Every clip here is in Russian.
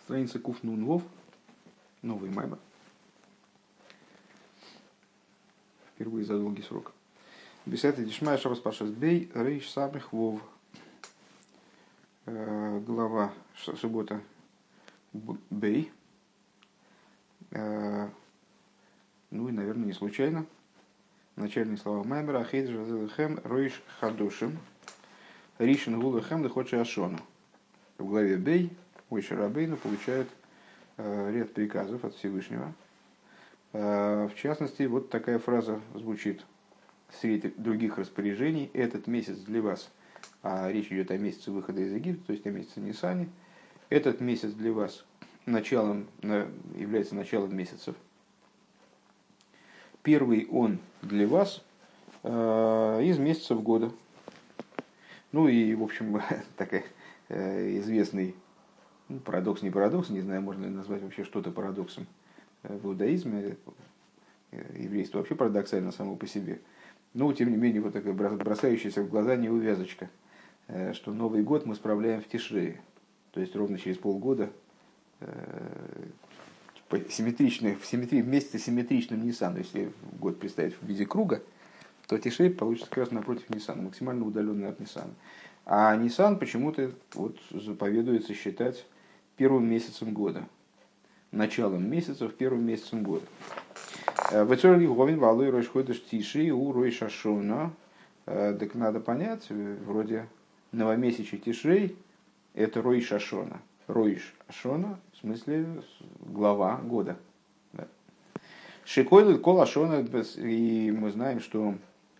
Страница Куф Нун Вов, новый маймер. Впервые за долгий срок. Бесед Дишмай Шабас Пашас Бей Рейш Самих Вов. Глава суббота Бей. Ну и, наверное, не случайно. Начальные слова маймера Ахейдж Разелхэм Рейш Хадушим Ришин Гулэхэм Дехочи Ашона. В главе Бей Мойше Рабейну получает ряд приказов от Всевышнего. В частности, вот такая фраза звучит среди других распоряжений. Этот месяц для вас, а речь идет о месяце выхода из Египта, то есть о месяце Нисане. Этот месяц для вас является началом месяцев. Первый он для вас из месяцев года. Ну и, в общем, такой известный парадокс, не парадокс, не знаю, можно ли назвать вообще что-то парадоксом в иудаизме. Еврейство вообще парадоксально само по себе. Но, тем не менее, вот такая бросающаяся в глаза неувязочка, что Новый год мы справляем в Тишрее. То есть ровно через полгода вместе с симметричным Ниссаном. Если год представить в виде круга, то Тишрей получится как раз напротив Ниссана, максимально удаленный от Ниссана. А Ниссан почему-то вот заповедуется считать первым месяцем года. Началом месяцев, первым месяцем года. В Эцорли Говин Валой Ройш Ходыш Тиши у Ройш Ашона. Так надо понять, вроде новомесячий Тишрей это Ройш Ашона. Ройш Ашона, в смысле глава года. Шикойлы Кол Ашона, и мы знаем, что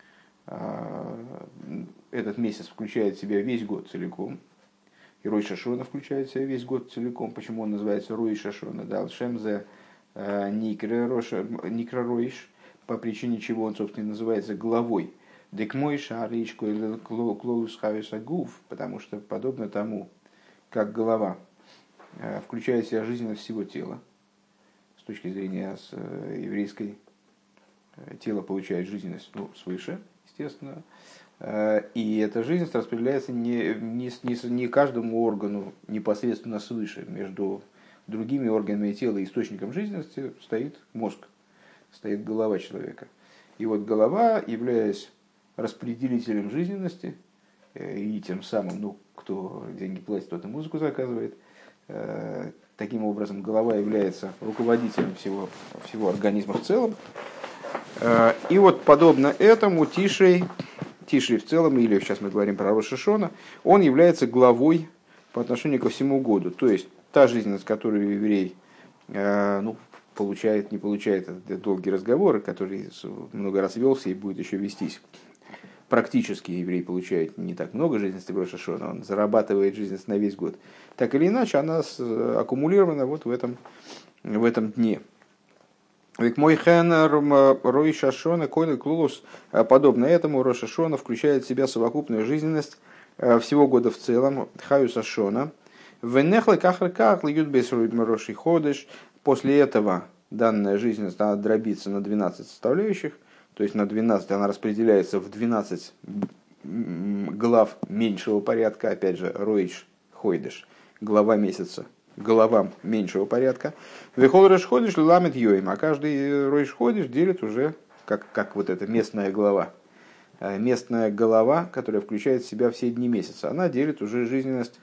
этот месяц включает в себя весь год целиком. И Ройш Ашона включает в себя весь год целиком. Почему он называется Ройш Ашона? Да, Шемзе Никра Ройш, по причине чего он, собственно, называется главой. Дек мой шаричко или клоус хависа гуф, потому что подобно тому, как голова включает в себя жизненность всего тела, с точки зрения еврейской, тело получает жизненность свыше, естественно, и эта жизненность распределяется не каждому органу непосредственно свыше. Между другими органами тела и источником жизненности стоит мозг, стоит голова человека. И вот голова, являясь распределителем жизненности, и тем самым, кто деньги платит, тот и музыку заказывает, таким образом голова является руководителем всего организма в целом. И вот подобно этому Тишрей в целом, или сейчас мы говорим про Рош Ашона, он является главой по отношению ко всему году. То есть та жизненность, которую еврей получает, не получает, это долгий разговор, который много раз велся и будет еще вестись. Практически еврей получает не так много жизненности в Рош Ашона, он зарабатывает жизненность на весь год. Так или иначе, она аккумулирована вот в этом дне. Мой хенер Ройш Ашона Койль Клулус, подобно этому Рош Ашона включает в себя совокупную жизненность всего года в целом, Хаюс Ашона. Венехлы кахрках льют без Роши Ходыш. После этого данная жизненность она дробится на 12 составляющих, то есть на 12 она распределяется в 12 глав меньшего порядка, опять же Ройш Ходыш, глава месяца. Головам меньшего порядка. Вехол Рош Ходыш ламет йоим, а каждый Рош Ходыш делит уже как вот эта местная глава. Местная голова, которая включает в себя все дни месяца, она делит уже жизненность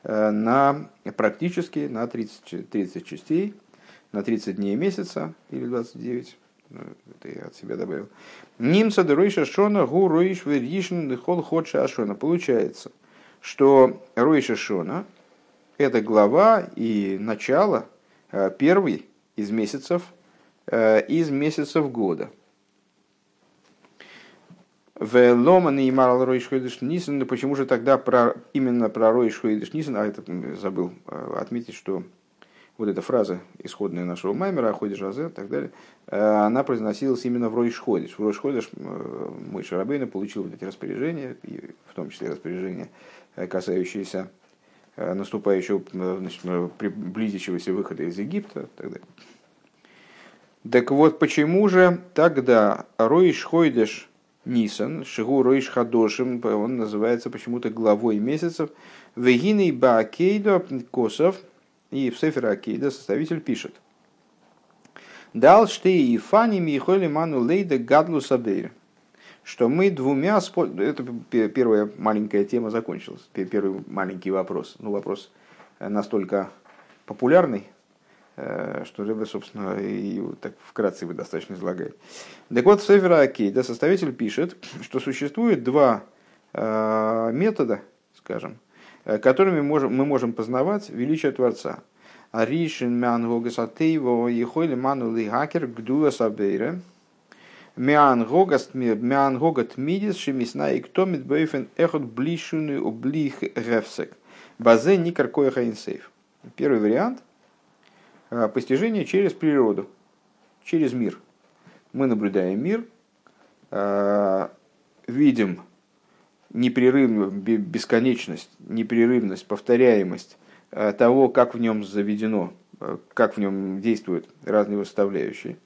практически на 30 частей, на 30 дней месяца, или 29, это я от себя добавил. Нимца де Ройш Ашона гу Ройш веришн дехол ходша Ашона. Получается, что Ройш Ашона это глава и начало, первый из месяцев года. Почему же тогда именно про Ройш Ходыш Нисан, это забыл отметить, что вот эта фраза исходная нашего маймера, Ходыш Азе и так далее, она произносилась именно в Ройш Ходыш. В Ройш Ходыш Мойше Рабейну получил вот эти распоряжения, в том числе распоряжения, касающиеся наступающего, приблизящегося выхода из Египта и так далее. Так вот, почему же тогда Ройш Ходыш Нисан, Шигу Ройш Хадошим, он называется почему-то главой месяцев, Вегиней Баакейдо Косов, и в Сефер Акейда составитель пишет. Дал штей и фани михоли ману лейда гадлу сабейр. Что мы двумя... Это первая маленькая тема закончилась. Первый маленький вопрос. Ну, вопрос настолько популярный, что Ребе, собственно, и так вкратце его достаточно излагает. Так вот, в Сефера Акейда составитель пишет, что существует два метода, скажем, которыми мы можем познавать величие Творца. Аришин мян гогасатейво ехойли ману лигакер гдула сабейре мян гогат мидис шемисна и ктомит бейфен эхот блишуны ублих гефсек базе никар коеха инсейф. Первый вариант – постижение через природу, через мир. Мы наблюдаем мир, видим непрерывную бесконечность, непрерывность, повторяемость того, как в нем заведено, как в нем действуют разные его составляющие.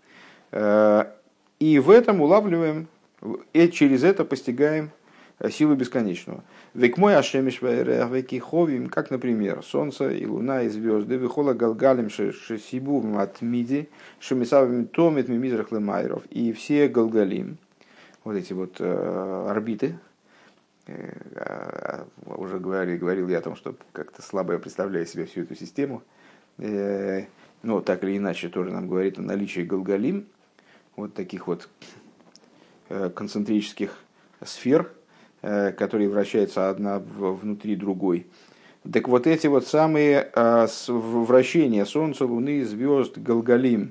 И в этом улавливаем, и через это постигаем силу бесконечного. Век мой ашемиш векиховим, как, например, солнце и луна и звезды, вихола галгалим шесибу матмиди, шемисавим томит мимизрах лемайров, и все галгалим, вот эти вот орбиты. Уже говорил я о том, что как-то слабо я представляю себе всю эту систему. Но так или иначе тоже нам говорит о наличии галгалим, вот таких вот концентрических сфер, которые вращаются одна внутри другой. Так вот эти вот самые вращения Солнца, Луны, звезд, галгалим,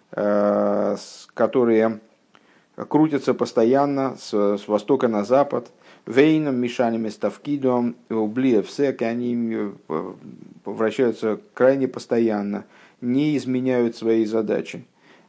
которые крутятся постоянно с востока на запад, вейном, мишанами, ставкидом, ублиевсек, они вращаются крайне постоянно, не изменяют свои задачи.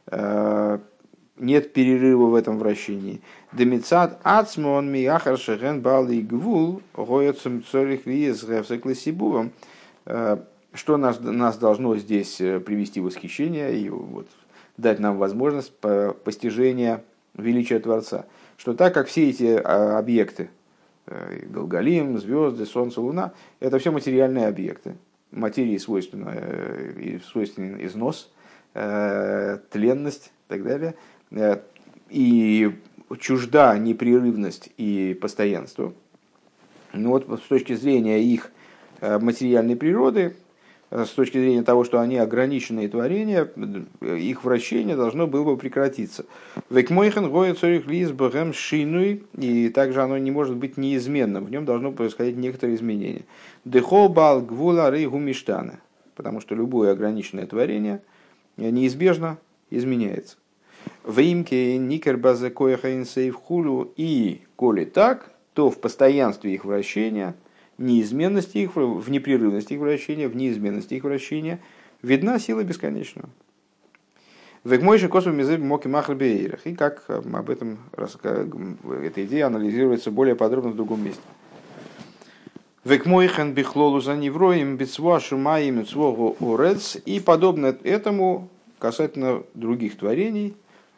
Нет перерыва в этом вращении. Демицат ацмон миахар шеген бали гвул гоецем цорих виез гевсеклесибувом. Что нас должно здесь привести в восхищение и вот, дать нам возможность постижения величия Творца. Что так как все эти объекты, Галгалим, звезды, Солнце, Луна, это все материальные объекты. Материи свойственен износ, тленность и так далее. И чужда непрерывность и постоянство. Но вот с точки зрения их материальной природы, с точки зрения того, что они ограниченные творения, их вращение должно было бы прекратиться. Векмойхен гоет цорих лиз богем шинуй, и также оно не может быть неизменным, в нем должно происходить некоторые изменения. Дехо бал гвула рей гумиштана, потому что любое ограниченное творение неизбежно изменяется. В имке никер базе коеха инсейв хулу, и коли так, то в постоянстве их вращения, неизменности их, в непрерывности их вращения, в неизменности их вращения видна сила бесконечного. Векмойши косу мизеб моки махрбеирах. И как об этом эта идея анализируется более подробно в другом месте. Векмойхан бихлолу за невроем бицва шумаим цвогу орец. И подобно этому касательно других творений,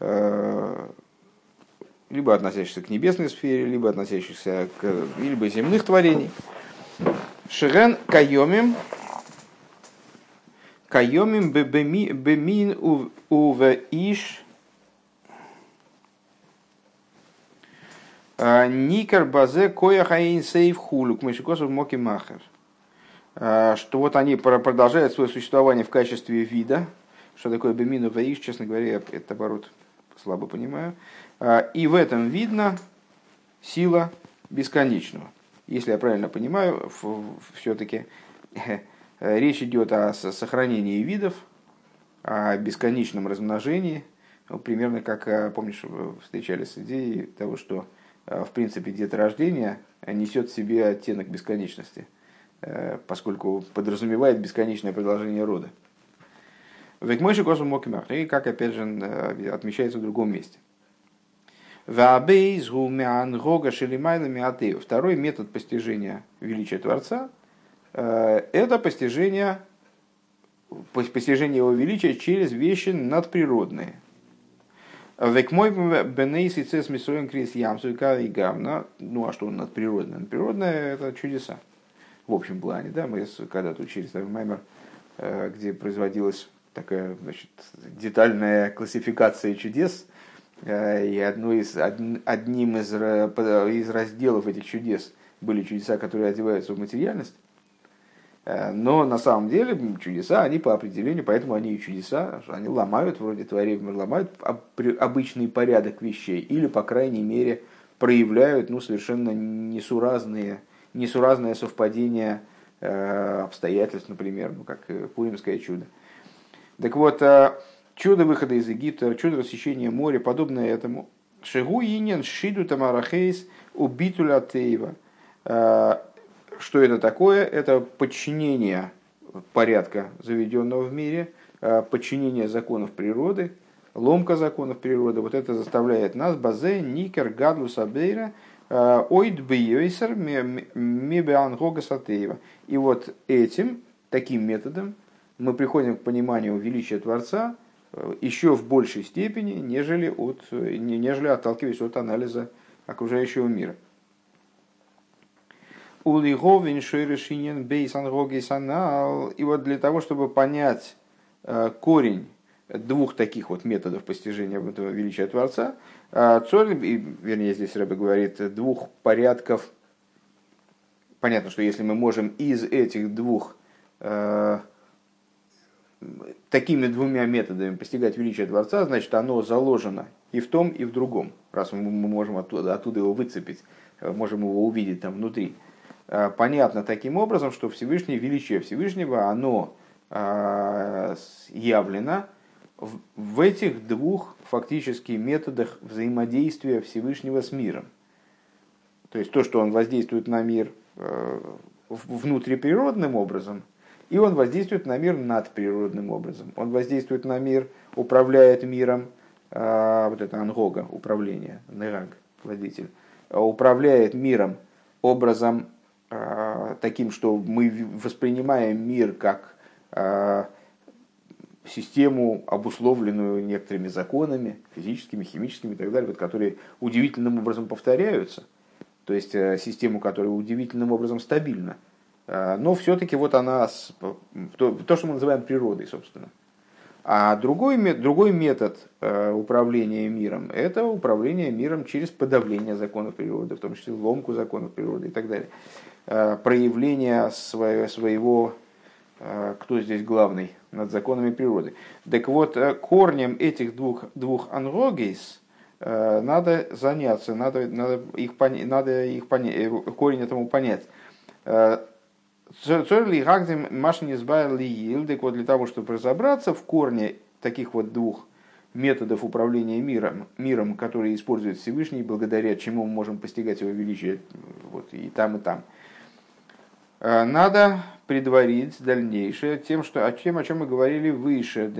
либо относящихся к небесной сфере, либо относящихся к либо земных творений. Шерен кайомим бемин уве иш никер базе кояхаин сейв хулюк мышикосов моки махер. Что вот они продолжают свое существование в качестве вида. Что такое бемин уве иш, честно говоря, я этот оборот слабо понимаю. И в этом видно сила бесконечного. Если я правильно понимаю, все-таки речь идет о сохранении видов, о бесконечном размножении. Примерно как, помнишь, встречались с идеей того, что в принципе деторождение несет в себе оттенок бесконечности, поскольку подразумевает бесконечное продолжение рода. Векмойши космос мокимах, и как опять же отмечается в другом месте. Второй метод постижения величия Творца – это постижение его величия через вещи надприродные. Ну а что надприродное? Надприродное – это чудеса. В общем плане, да, мы когда-то учились маймер где производилась такая, значит, детальная классификация чудес. И одним из разделов этих чудес были чудеса, которые одеваются в материальность. Но на самом деле чудеса, они по определению, поэтому они и чудеса, они ломают, вроде творения, ломают обычный порядок вещей, или, по крайней мере, проявляют совершенно несуразное совпадение обстоятельств, например, как Пуримское чудо. Так вот, чудо выхода из Египта, чудо рассечения моря, подобное этому. Шигу инин шиду тамарахейс убитуля тейва. Что это такое? Это подчинение порядка, заведенного в мире, подчинение законов природы, ломка законов природы. Вот это заставляет нас базе никер гадлу сабейра ойд бейойсер мибеангога сатеева. И вот таким методом мы приходим к пониманию величия Творца еще в большей степени, нежели отталкиваясь от анализа окружающего мира. И вот для того, чтобы понять корень двух таких вот методов постижения этого величия Творца, вернее, здесь Ребе говорит, двух порядков. Понятно, что если мы можем из этих двух такими двумя методами постигать величие Творца, значит, оно заложено и в том, и в другом. Раз мы можем оттуда его выцепить, можем его увидеть там внутри. Понятно таким образом, что величие Всевышнего, оно явлено в этих двух фактически методах взаимодействия Всевышнего с миром. То есть то, что он воздействует на мир внутриприродным образом, и он воздействует на мир надприродным образом. Он воздействует на мир, управляет миром, вот это ангога, управление, нераг, владетель, управляет миром образом таким, что мы воспринимаем мир как систему, обусловленную некоторыми законами, физическими, химическими и так далее, которые удивительным образом повторяются, то есть систему, которая удивительным образом стабильна. Но все-таки вот она, то, что мы называем природой, собственно. А другой метод управления миром – это управление миром через подавление законов природы, в том числе ломку законов природы и так далее. Проявление своего, кто здесь главный, над законами природы. Так вот, корнем этих двух ангогейс надо заняться, надо корень этому понять. Для того, чтобы разобраться в корне таких вот двух методов управления миром, которые использует Всевышний, благодаря чему мы можем постигать его величие вот, и там, надо предварить дальнейшее тем, о чем мы говорили выше,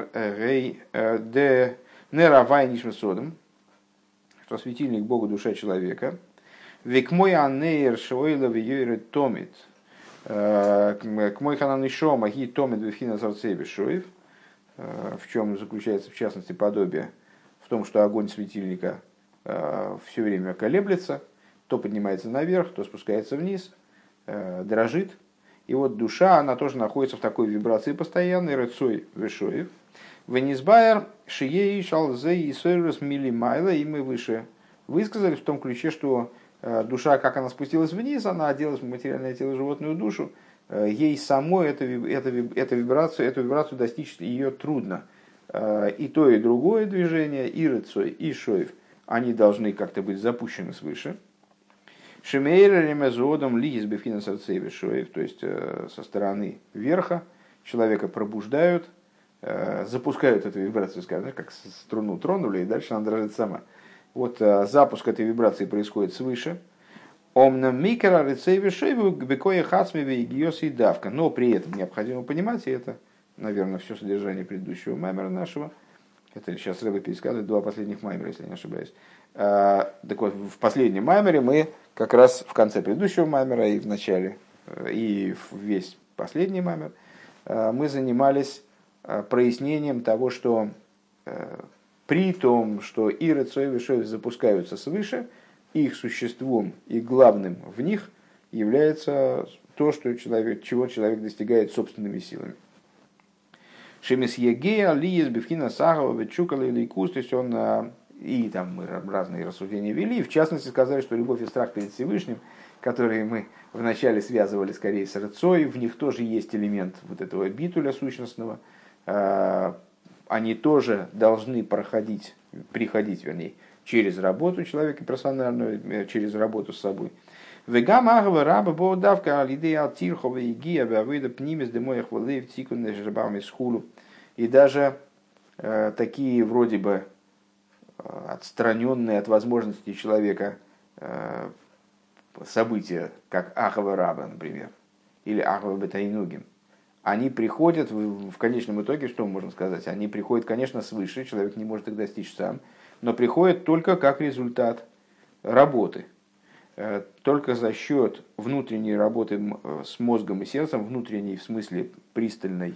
что светильник Богу душа человека, век мой анейр шойлов йойры томит, к мой хананишома ги томит вифхина зарцебишоев, в чем заключается в частности подобие, в том, что огонь светильника все время колеблется, то поднимается наверх, то спускается вниз, дрожит. И вот душа, она тоже находится в такой вибрации постоянной, рыцой вишоев. Венизбайер шией шалзе и сойрус милимайла, и мы выше высказали в том ключе, что душа, как она спустилась вниз, она оделась в материальное тело, животную душу, ей самой эту вибрацию достичь ее трудно. И то, и другое движение, и рыцой, и шоев, они должны как-то быть запущены свыше. Шемейра ремезодом лиз бифхина сарцеви шоев, то есть со стороны верха человека пробуждают, запускают эту вибрацию, скажем, как струну тронули, и дальше она дрожит сама. Вот запуск этой вибрации происходит свыше. Омна микро рецеви шоеву бекоя хацмеве и гиоси давка. Но при этом необходимо понимать, и это, наверное, все содержание предыдущего маймера нашего. Это сейчас Ребе пересказывает два последних маймера, если я не ошибаюсь. Так вот, в последнем маймере мы как раз в конце предыдущего маймера и в начале, и весь последний маймер, мы занимались прояснением того, что при том, что и рыцой и шоев запускаются свыше, их существом и главным в них является то, чего человек достигает собственными силами. Шемис Егея, Лиес, Бифхина, Сахова, Ветчукала или Кус, то есть он, и там мы разные рассуждения вели, в частности сказали, что любовь и страх перед Всевышним, которые мы вначале связывали скорее с рыцой, в них тоже есть элемент вот этого битуля сущностного, они тоже должны приходить, вернее, через работу человека персональную, через работу с собой. Вегам агава раба боудавка алидея алтирхова и гия вавыда пнимис демоях волеев тикун жрабами схулу. И даже такие вроде бы отстраненные от возможностей человека события, как ахава раба, например, или ахава бетайнугим, они приходят в конечном итоге, что можно сказать? Они приходят, конечно, свыше, человек не может их достичь сам, но приходят только как результат работы. Только за счет внутренней работы с мозгом и сердцем, внутренней в смысле пристальной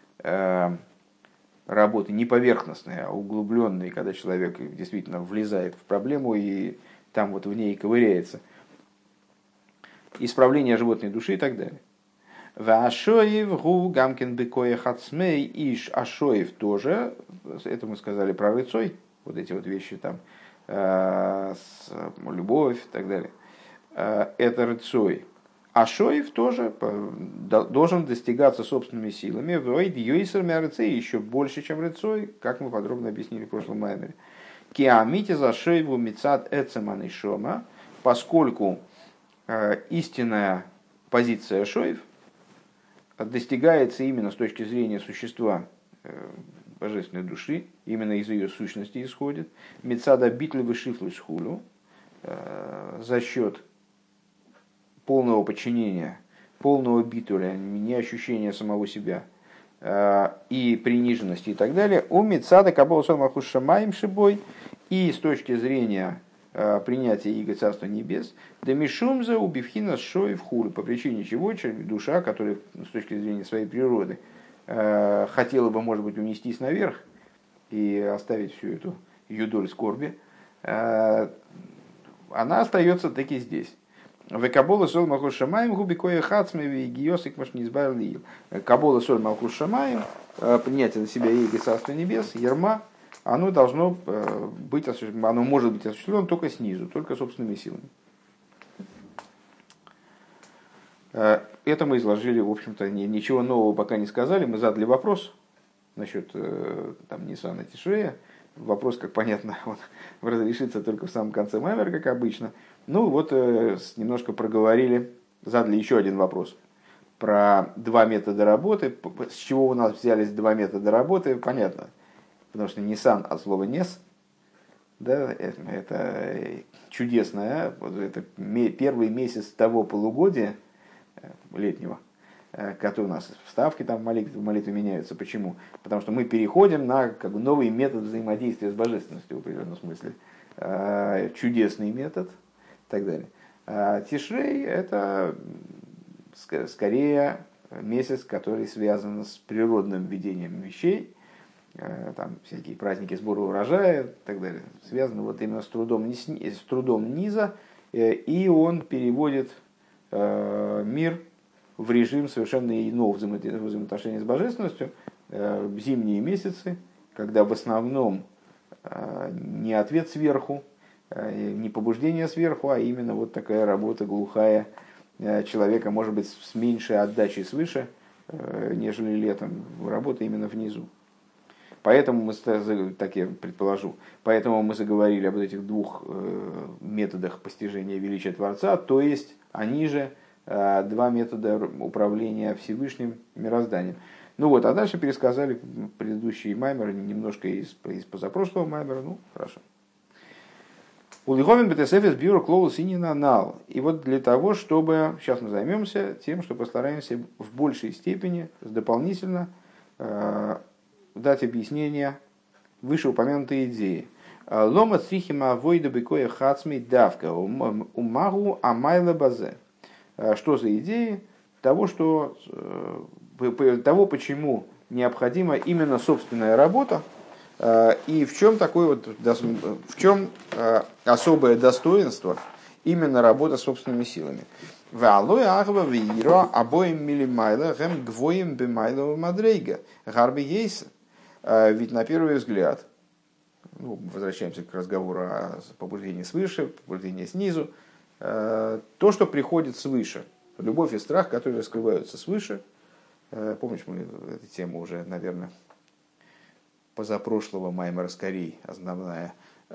работы, не поверхностной, а углубленной, когда человек действительно влезает в проблему и там вот в ней ковыряется. Исправление животной души и так далее. Ашоев гу гамкин бекоя хацмей иш ашоев тоже, это мы сказали про рыцой, вот эти вот вещи там, любовь и так далее. Это рыцой. Ашоев тоже должен достигаться собственными силами. Войд юйсерми рыцей еще больше, чем рыцой, как мы подробно объяснили в прошлом маймере. Киамити за шоеву мицат эцеман и шома, поскольку истинная позиция шоев достигается именно с точки зрения существа божественной души, именно из ее сущности исходит. Мицада битли вышифлу схулю, за счет полного подчинения, полного битуля, не ощущения самого себя и приниженности и так далее. У мицада кабола сон махус шамаим шибой, и с точки зрения принятия иго Царства Небес, да мишумза убивхина шоев хулю, по причине чего душа, которая с точки зрения своей природы хотела бы, может быть, унестись наверх и оставить всю эту юдоль скорби, она остается таки здесь. Кабола соль малхус шамаим губи кое хацмеви и гиосик маш не избавил. Кабола соль малхус шамаим, принятие на себя иго Царства Небес, ярма, оно должно быть, оно может быть осуществлено только снизу, только собственными силами. Это мы изложили, в общем-то, ничего нового пока не сказали. Мы задали вопрос насчет там, Ниссана Тишрея. Вопрос, как понятно, он разрешится только в самом конце маймера, как обычно. Ну вот, немножко проговорили, задали еще один вопрос про два метода работы. С чего у нас взялись два метода работы, понятно. Потому что Ниссан от слова «нес», да, это чудесное, это первый месяц того полугодия летнего, который у нас вставки там молитвы меняются. Почему? Потому что мы переходим на как бы, новый метод взаимодействия с божественностью в определенном смысле. Чудесный метод и так далее. А Тишрей – это скорее месяц, который связан с природным ведением вещей, там всякие праздники сбора урожая и так далее, связано вот именно с трудом низа, и он переводит мир в режим совершенно иного взаимоотношения с божественностью в зимние месяцы, когда в основном не ответ сверху, не побуждение сверху, а именно вот такая работа глухая человека, может быть, с меньшей отдачей свыше, нежели летом, работа именно внизу. Поэтому мы, так я предположу, поэтому мы заговорили об этих двух методах постижения величия Творца, то есть они же два метода управления Всевышним мирозданием. Ну вот, а дальше пересказали предыдущие маймеры, немножко из позапрошлого маймера, ну хорошо. Улиховин бетесефес бюро клоус и нал. И вот для того, чтобы, сейчас мы займемся тем, что постараемся в большей степени, дополнительно дать объяснение вышеупомянутой идеи. Лома црихима войда бекоя хацмей давка умагу амайла базе. Что за идеи? Того, почему необходима именно собственная работа, и в чем особое достоинство именно работа собственными силами. Валой агва виро обоим милимайла гэм гвоем бимайлова мадрейга. Гарби ейса. Ведь на первый взгляд, ну, возвращаемся к разговору о побуждении свыше, побуждении снизу, то, что приходит свыше, любовь и страх, которые раскрываются свыше, помнишь, мы эту тему уже, наверное, позапрошлого Маймера скорее основная,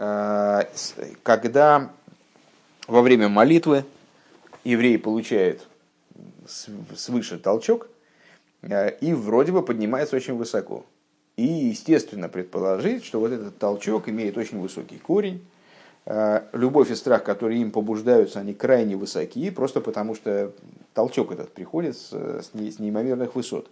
когда во время молитвы еврей получает свыше толчок и вроде бы поднимается очень высоко. И естественно предположить, что вот этот толчок имеет очень высокий корень. Любовь и страх, которые им побуждаются, они крайне высоки, просто потому что толчок этот приходит с неимоверных высот.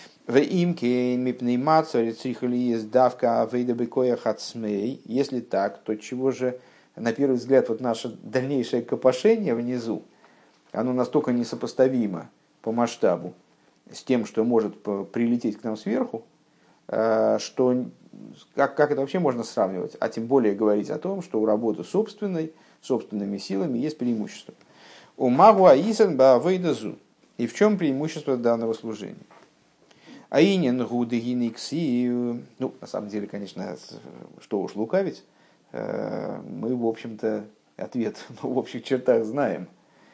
Если так, то чего же, на первый взгляд, вот наше дальнейшее копошение внизу, оно настолько несопоставимо по масштабу с тем, что может прилететь к нам сверху, что как это вообще можно сравнивать, а тем более говорить о том, что у работы собственными силами есть преимущество. У магу аисен баавейдазу. И в чем преимущество данного служения? Аинен гудегиникси. Ну, на самом деле, конечно, что уж лукавить, мы, в общем-то, ответ в общих чертах знаем.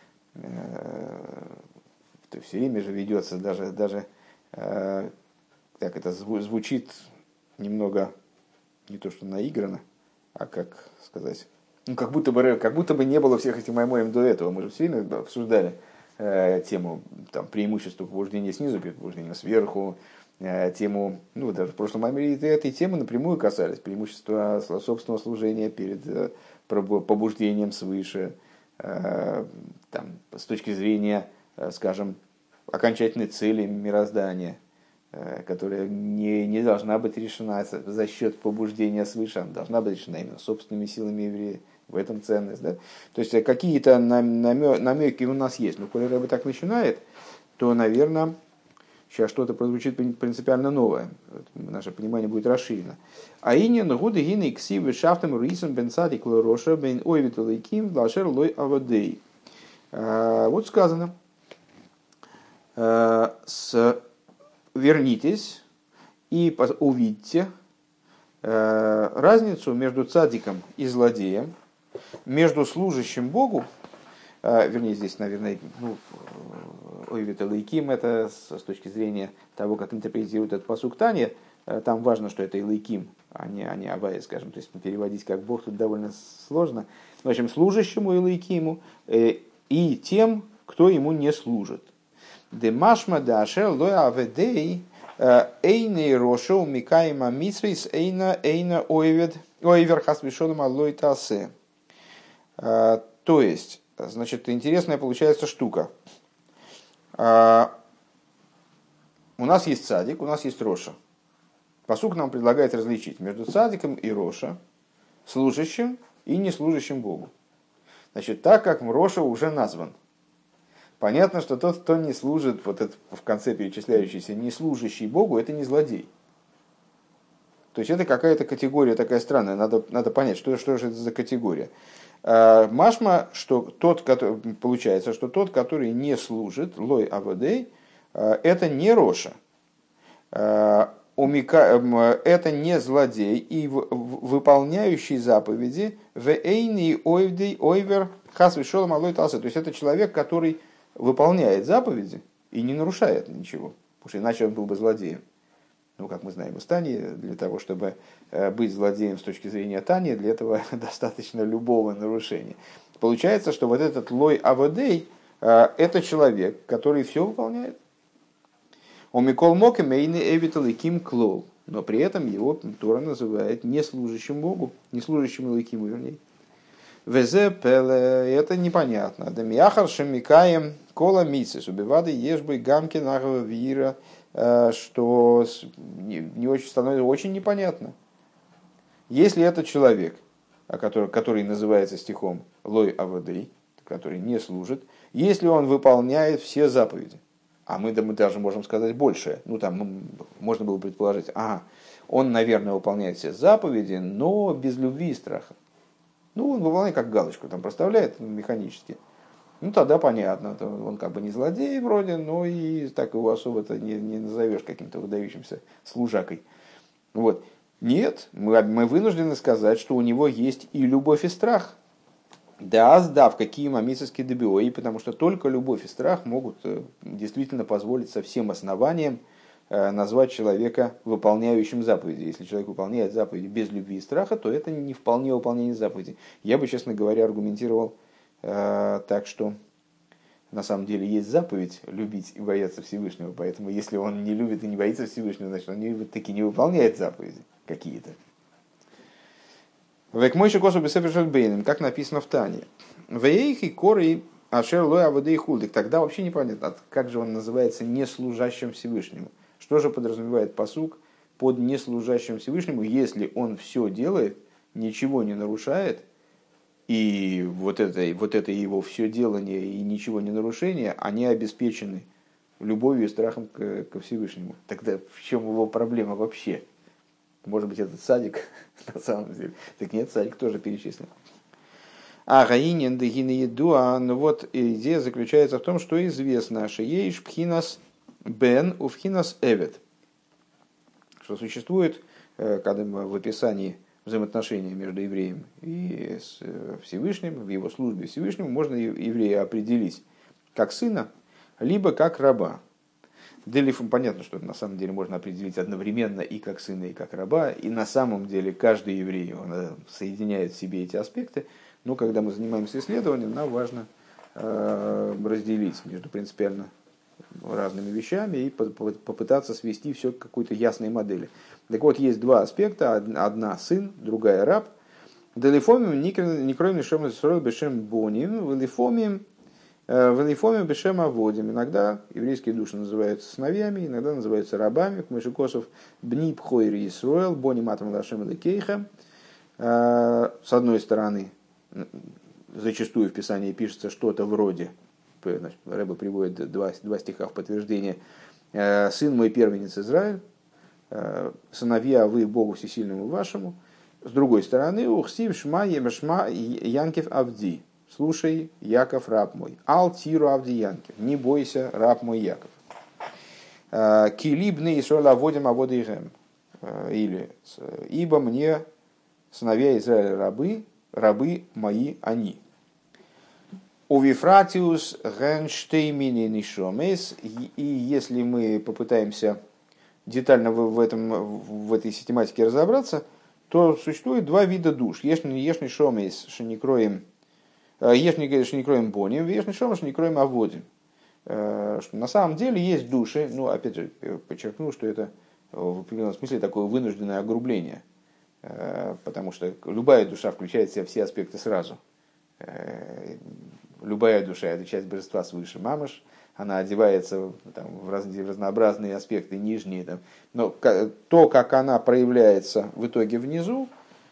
Все время же ведется даже так это звучит немного не то что наигранно, а как сказать, ну, как будто бы не было всех этих маймоем до этого. Мы же все время обсуждали тему там, преимущества побуждения снизу перед побуждением сверху, тему, ну, даже в прошлом маймере этой темы напрямую касались, преимущества собственного служения перед побуждением свыше, там, с точки зрения, скажем, окончательной цели мироздания, которая не должна быть решена за счет побуждения свыше, она должна быть решена именно собственными силами еврея. В этом ценность. Да? То есть какие-то намеки у нас есть. Но коли Рэбе так начинает, то, наверное, сейчас что-то прозвучит принципиально новое. Наше понимание будет расширено. Аинин гуды гины ксивы шафтам руисом бен садик лороша бен ойвит лейким влашер лой аводей. Вот сказано. Вернитесь и увидьте разницу между цадиком и злодеем, между служащим Богу, вернее, здесь, наверное, ойвит лейким, это с точки зрения того, как интерпретирует этот пасук Тани, там важно, что это лейким, а не авая, скажем, то есть переводить как Бог тут довольно сложно. В общем, служащему и лейкиму и тем, кто ему не служит. Демашма дашер лоя аведей эйней рошо микаима мисрис эйна ойвер хасвишоном аллой тасе. То есть, значит, интересная получается штука. У нас есть цадик, у нас есть роша. Пасук нам предлагает различить между цадиком и роша, служащим и неслужащим Богу. Значит, так как роша уже назван, понятно, что тот, кто не служит, вот это в конце перечисляющийся, не служащий Богу, это не злодей. То есть это какая-то категория такая странная, надо понять, что же это за категория. Машма, что получается, что тот, который не служит, лой аводей, это не роша, это не злодей и выполняющий заповеди в эйни ойвдей ойвер хасвишолом алой талсе. То есть это человек, который выполняет заповеди и не нарушает ничего, потому что иначе он был бы злодеем. Ну, как мы знаем из Тани, для того, чтобы быть злодеем с точки зрения Тани, для этого достаточно любого нарушения. Получается, что вот этот лой аводей – это человек, который все выполняет. Омикол мока мейны эвитал и ким клол. Но при этом его Тора называет неслужащим Богу, неслужащим Элокиму, вернее. Везе пеле, это непонятно. Дамиахар шамикаем кола мицис, убивады ешбы гамки нагова вира, что не очень становится очень непонятно. Если это человек, который называется стихом лой авадей, который не служит, если он выполняет все заповеди, а мы даже можем сказать больше, можно было предположить, он, наверное, выполняет все заповеди, но без любви и страха. Он выполняет как галочку, там проставляет механически. Ну, тогда понятно, он как бы не злодей вроде, но и так его особо-то не назовешь каким-то выдающимся служакой. Вот. Нет, мы вынуждены сказать, что у него есть и любовь, и страх. Да, в какие мамисовские дебиои, потому что только любовь и страх могут действительно позволить со всем основанием назвать человека выполняющим заповеди. Если человек выполняет заповеди без любви и страха, то это не вполне выполнение заповеди. Я бы, честно говоря, аргументировал так, что на самом деле есть заповедь любить и бояться Всевышнего, поэтому если он не любит и не боится Всевышнего, значит он таки не выполняет заповеди какие-то. Век мойши косу бесефер бейным, как написано в Тане. Вейхи коры ашер лоя аводей хулдик. Тогда вообще непонятно, как же он называется неслужащим Всевышнему. Что же подразумевает пасук под неслужащим Всевышнему, если он все делает, ничего не нарушает, и вот это его все делание и ничего не нарушение, они обеспечены любовью и страхом ко Всевышнему. Тогда в чем его проблема вообще? Может быть, этот садик на самом деле. Так нет, садик тоже перечислен. А гаинен дегин едуа, но вот идея заключается в том, что известно, что ейш пхинас бен у пхинас эвет, что существует, когда в описании взаимоотношения между евреем и Всевышним, в его службе Всевышнему, можно еврея определить как сына, либо как раба. Понятно, что на самом деле можно определить одновременно и как сына, и как раба, и на самом деле каждый еврей он соединяет в себе эти аспекты, но когда мы занимаемся исследованием, нам важно разделить между принципиально разными вещами и попытаться свести все к какой-то ясной модели. Так вот, есть два аспекта, одна сын, другая раб. Делифомим никроем нишем зисроил бешем боним, велифомим бешем аводим. Иногда еврейские души называются сыновьями, иногда называются рабами. Кмешикосов бни пхойри Исроэл, боним атом лашем лекейха. С одной стороны, зачастую в Писании пишется что-то вроде, Рэбе приводит два стиха в подтверждение: «Сын мой первенец Израиль, сыновья вы Богу всесильному вашему». С другой стороны, «Ухсив шма емешма Янкев Авди». «Слушай, Яков, раб мой». «Ал тиру Авди Янкев». «Не бойся, раб мой Яков». «Килибны Исроэла водим аводы игем». Или «Ибо мне сыновья Израиля рабы мои они». Увифратиус генштеймини нишомес. И если мы попытаемся детально в этой систематике разобраться, то существует два вида душ. Ешни шомес шеникроем боним, ешни шомес шеникроем аводим. На самом деле есть души, ну опять же подчеркну, что это в определенном смысле такое вынужденное огрубление, потому что любая душа включает в себя все аспекты сразу. Любая душа – это часть божества свыше мамаш, она одевается там, в разнообразные аспекты нижние. Там. Но то, как она проявляется в итоге внизу,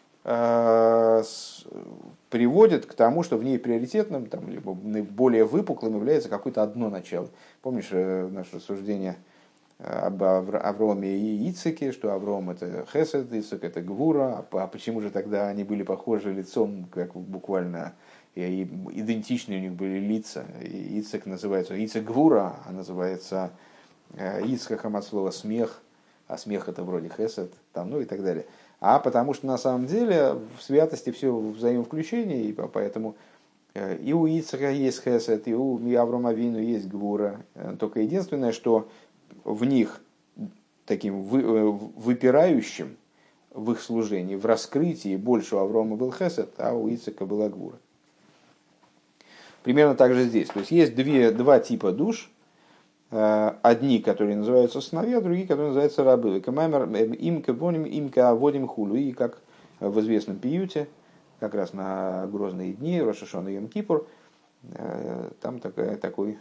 приводит к тому, что в ней приоритетным, там, либо более выпуклым является какое-то одно начало. Помнишь наше рассуждение об Авроме и Ицеке, что Авром – это Хесед, Ицек – это Гвура, а почему же тогда они были похожи лицом, как буквально и идентичные у них были лица. Ицек называется Ицек Гвура, а называется Ицхаком от слова смех, а смех это вроде Хесед, там, ну и так далее. А потому что на самом деле в святости все взаимовключение, и поэтому и у Ицхака есть Хесед, и у Аврома Авину есть Гвура. Только единственное, что в них таким выпирающим в их служении, в раскрытии больше у Аврома был Хесед, а у Ицхака была Гвура. Примерно так же здесь. То есть есть два типа душ. Одни, которые называются сыновья, другие, которые называются рабы. Имка боним, имка аводим хулу. И как в известном пиюте, как раз на грозные дни, Рош ха-Шана и Йом-Кипур, там такой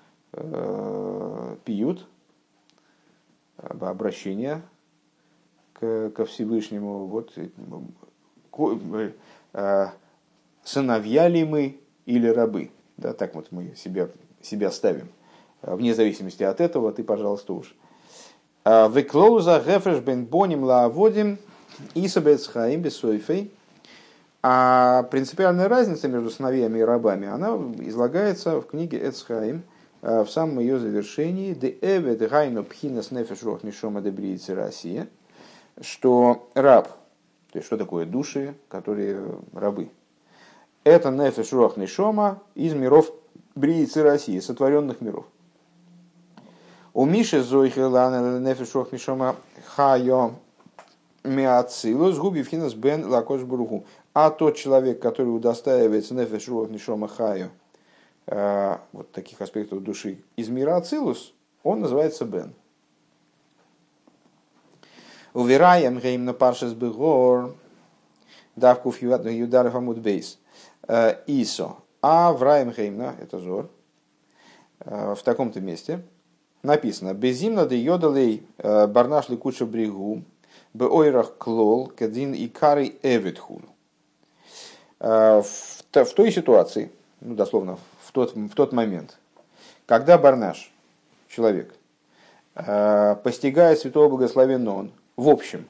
пиют, обращение ко Всевышнему. Вот, сыновья ли мы или рабы? Да, так вот мы себя ставим. Вне зависимости от этого, ты, пожалуйста, уж. Веклоуза гефреш бен боним лааводим исабец хаим бесойфей. А принципиальная разница между сыновьями и рабами, она излагается в книге Эцхайм в самом ее завершении, «Де эвед гайну пхинас нефеш рох нишома де бриицы Россия», что раб, то есть что такое души, которые рабы, это нефеш рох нишома из миров бриицы России, сотворенных миров. У Миши зойхелана нефеш рох нишома хайо миацилус губи пхинас бен лакош бургу. А тот человек, который удостаивается нефеш руах нишома хаю, вот таких аспектов души, из мира Ацилус, он называется Бен. Увераем гейм на паршес бегор, давкув юдаров амуд бейс, исо. А в раем геймна, это зор, в таком-то месте написано: безимна де йодалей барнаш ликуча бригу, беойрах клол, кадин и кари эвидхун. В той ситуации, ну, дословно, в тот момент, когда Барнаш, человек, постигает святого благословенного он, в общем,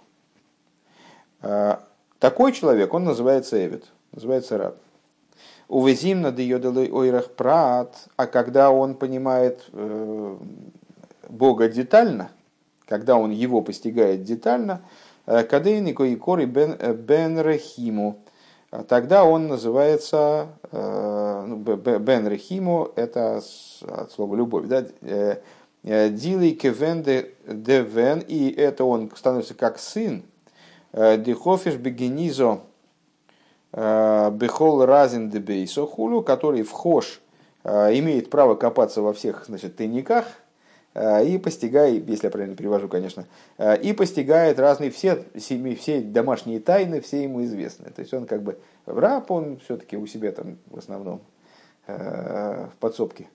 такой человек, он называется Эвид, называется раб. Увезимна де йоделей ойрах прат, а когда он понимает Бога детально, когда он его постигает детально, кадейн и кори бен рехиму, тогда он называется Бен Рехиму, это от слова любовь, да? Дилей кевен девен, и это он становится как сын. Дихофиш бегенизо бехол разин дебейсо хулю, который вхож, имеет право копаться во всех, значит, тайниках, и постигает, если я правильно перевожу, конечно, и постигает разные, все домашние тайны, все ему известны. То есть он как бы раб, он все-таки у себя там в основном в подсобке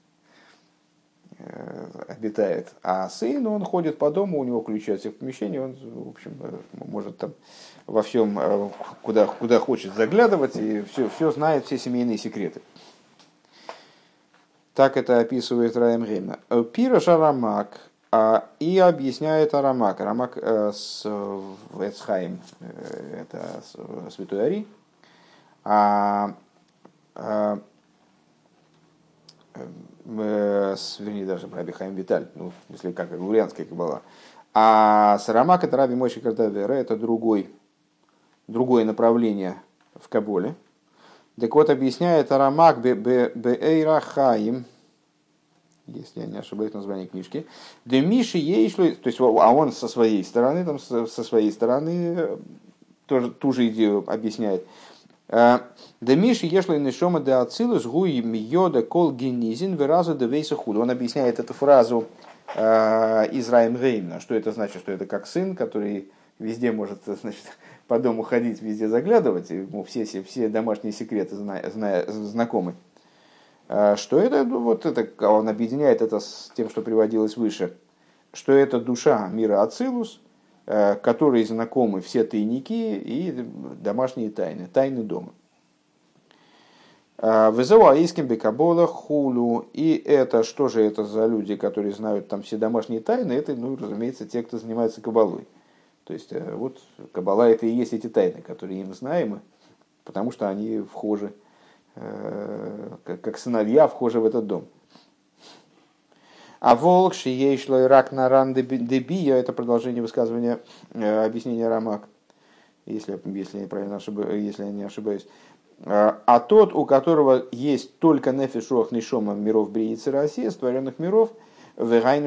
обитает, а сын, он ходит по дому, у него ключи от всех помещений, он, в общем, может там во всем, куда хочет заглядывать, и все знает, все семейные секреты. Так это описывает Раим Геймна. Пирош Арамак, и объясняет Арамак. Арамак с Эцхайм, это святой Ари. Вернее, даже Раби Хаим Виталь, ну, если как гурьянская каббала. А с Арамак это Раби Мойши Кардавера, это другое направление в Каболе. Так вот, объясняет Арамак Беэйра Хаим, если я не ошибаюсь, название книжки. Да Миши Ейшло, то есть, а он со своей стороны, тоже ту же идею объясняет. Да Миши Ешло и Нешома де Ацилус гуи миода кол генизин выразу де вейса худу. Он объясняет эту фразу из Раим Геймна, что это значит, что это как сын, который везде может, значит, по дому ходить, везде заглядывать, ему все домашние секреты знакомы. Что это, вот это, он объединяет это с тем, что приводилось выше, что это душа мира Ацилус, которой знакомы все тайники и домашние тайны, тайны дома. Вызова аиским бекабола хулу, и это, что же это за люди, которые знают там все домашние тайны, это, ну, разумеется, те, кто занимается каббалой. То есть, вот каббала это и есть эти тайны, которые им знаемы, потому что они вхожи, как сыновья вхожи в этот дом. А волк шиейшлой рак на ран дебия, это продолжение высказывания, объяснения Рамак, если я не ошибаюсь. А тот, у которого есть только нефеш руах нишома миров бриицы России, створенных миров, то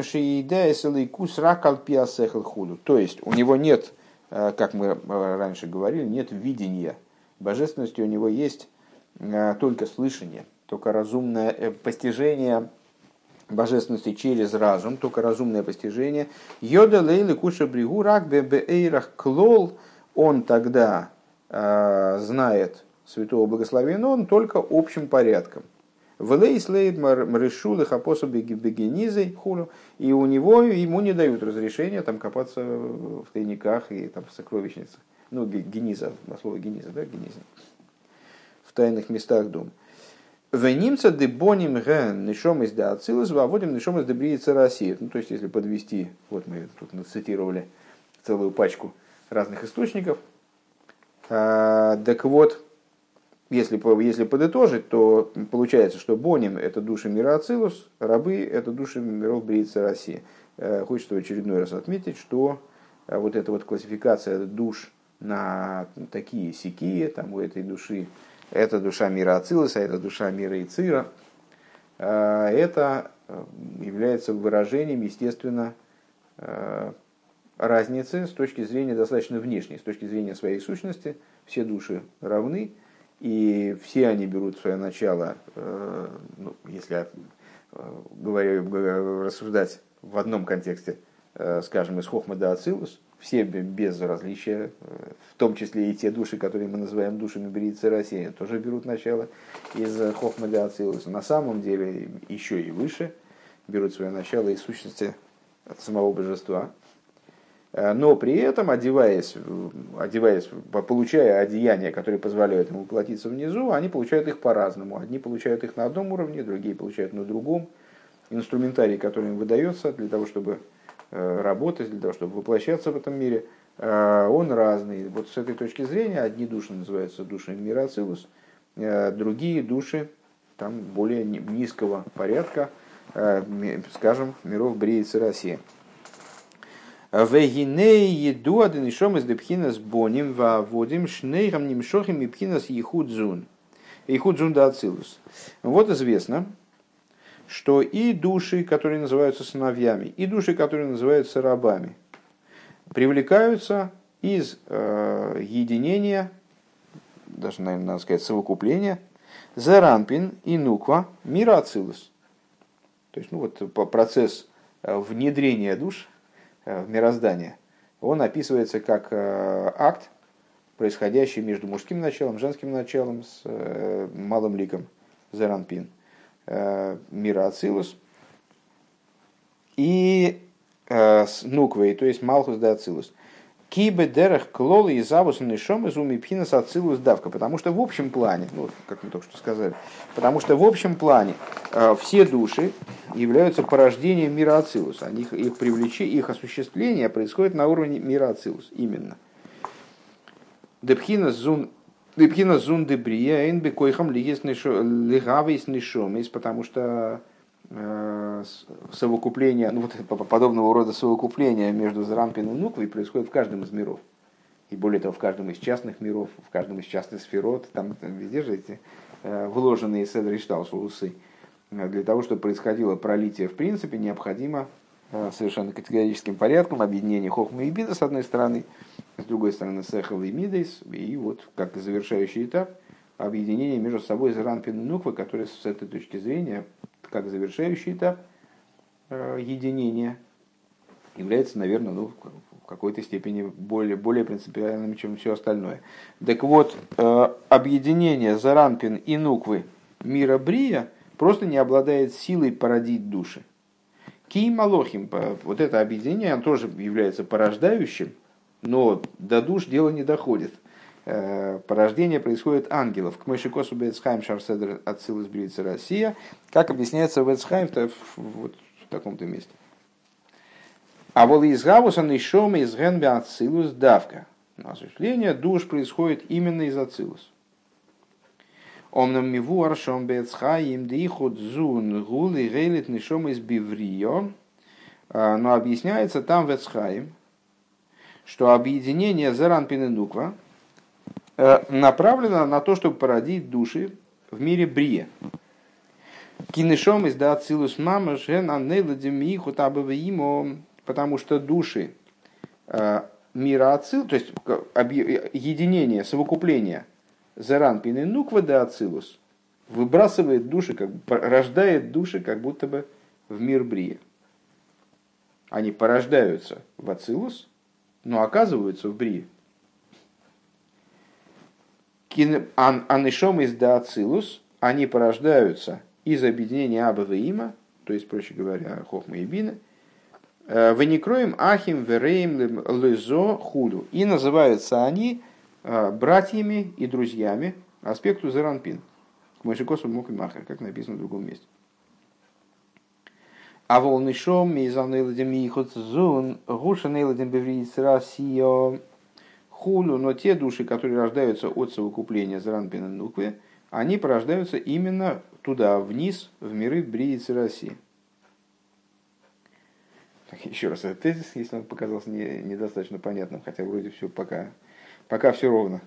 есть у него нет, как мы раньше говорили, нет видения божественности, у него есть только слышание, только разумное постижение божественности через разум, только разумное постижение. Йода лейли куша бригу рак беэйрах клол, он тогда знает святого благословенного, он только общим порядком. И у него, ему не дают разрешения там копаться в тайниках и там, в сокровищницах. Ну, гениза, на слово гениза, да, гениза. В тайных местах дома. Венимца де боним ген нишом из да ацилус, выводим нишом из дебриица России. Ну, то есть, если подвести, вот мы тут нацитировали целую пачку разных источников. Так вот, если подытожить, то получается, что боним – это души мира Ацилус, рабы – это души миров Бриица России. Хочется в очередной раз отметить, что вот эта вот классификация душ на такие сякие, там у этой души, это душа мира Ацилуса, это душа мира Ицира, это является выражением, естественно, разницы с точки зрения достаточно внешней, с точки зрения своей сущности. Все души равны, и все они берут свое начало, если рассуждать в одном контексте, скажем, из Хохма до Ацилус, все без различия, в том числе и те души, которые мы называем душами Бриицы России, тоже берут начало из Хохма до Ацилус. На самом деле еще и выше берут свое начало из сущности самого божества. Но при этом, получая одеяния, которые позволяют ему воплотиться внизу, они получают их по-разному. Одни получают их на одном уровне, другие получают на другом. Инструментарий, который им выдается для того, чтобы работать, для того, чтобы воплощаться в этом мире, он разный. Вот с этой точки зрения одни души называются душами мира Ацилус, другие души там, более низкого порядка, скажем, миров Бриицы России. Вегиней еду аденишом из депхинас боним ваводим шнейгам нимшохим и пхинас ехудзун. Ехудзун да Ацилус. Вот известно, что и души, которые называются сыновьями, и души, которые называются рабами, привлекаются из единения, даже, наверное, надо сказать, совокупления, заранпин и нуква мира Ацилус. То есть, процесс внедрения душ в мироздание, он описывается как акт, происходящий между мужским началом, женским началом с малым ликом заранпин мира Ацилус и с нуквой, то есть Малхус да Ацилус. Кибе дерех клолы и завусный шом из умипхинас Ацилус давка. Потому что в общем плане, как мы только что сказали, потому что в общем плане все души являются порождением мира Ацилус. Их привлечение, их осуществление происходит на уровне мира Ацилус. Именно. Депхинас зун дебрия энбе койхам лигавейс нишомис, потому что совокупление, подобного рода совокупление между Заранпин и Нуквой происходит в каждом из миров. И более того, в каждом из частных миров, в каждом из частных сферот, там везде же эти вложенные седры шталшулусы. Для того, чтобы происходило пролитие в принципе, необходимо совершенно категорическим порядком объединение Хохма и Бида с одной стороны, с другой стороны Сехал и Мидейс, и вот как завершающий этап объединение между собой Заранпин и Нуква, который с этой точки зрения, как завершающий этап единения, является, наверное, в какой-то степени более принципиальным, чем все остальное. Так вот, объединение Заранпин и Нуквы мира Брия просто не обладает силой породить души. Ки Малохим, вот это объединение, оно тоже является порождающим, но до душ дело не доходит. Порождение происходит ангелов. К Мойшикосу Бецхайм Шарседер Ацилус Бриица Россия, как объясняется в Бецхайм, вот в таком-то месте. А вот из Гавуса Нишома из Генбе Ацилус давка. Осуществление душ происходит именно из Ацилус. Омнам миву аршом Бецхайм дихут зун гули гейлит Нишома из Биврио. Но объясняется там в Бецхайм, что объединение Заранпин и Нуква направлено на то, чтобы породить души в мире Брия. Кинешом из да Ацилус мама жен аннейладим иху табаваимо, потому что души мира Ацилус, то есть единение, совокупление Заранпин и Нуква да Ацилус выбрасывает души, рождает души, как будто бы в мир Брия. Они порождаются в Ацилус, но оказываются в Брии. Анишом из да Ацилус, они порождаются из объединения Аба и Има, то есть, проще говоря, Хохма и Бина, веникроем Ахим Вереем Лезо Худу, и называются они братьями и друзьями аспекту Заранпин, к Мойшикосу Муки Махер, как написано в другом месте. А волнишом из Анейладим Ихот Зун, Гуша Нейладим Бевриц Россия, Хулю, но те души, которые рождаются от совокупления Заранпин и Нуквы, они порождаются именно туда, вниз, в миры Бриицы России. Еще раз, этот тезис, если он показался недостаточно понятным, хотя вроде все пока все ровно.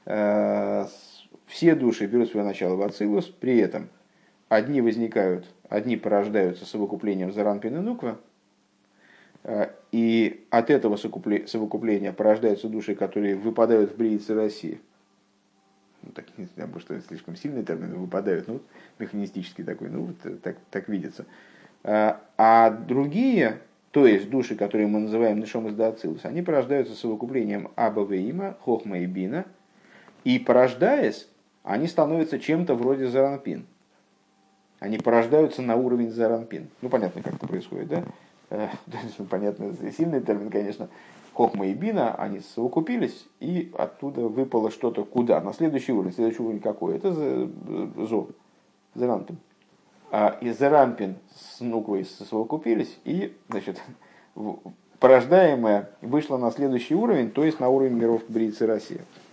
Все души берут свое начало в Ацилус, при этом одни порождаются совокуплением Заранпин и Нуква, и от этого совокупления порождаются души, которые выпадают в Бриице России. Ну, так, не знаю, может, это слишком сильный термин, выпадают, ну, механистический такой, ну, вот так видится. А другие, то есть души, которые мы называем Нишом из Ацилус, они порождаются совокуплением Аба Веима, Хохма и Бина, и порождаясь, они становятся чем-то вроде Заранпин. Они порождаются на уровень Заранпин. Ну, понятно, как это происходит, да? Понятно, сильный термин, конечно. Хохма и Бина, они совокупились, и оттуда выпало что-то куда? На следующий уровень. Следующий уровень какой? Это Заранпин. И Заранпин с Нуквой совокупились, и, значит, порождаемое вышло на следующий уровень, то есть на уровень миров Бриицы России.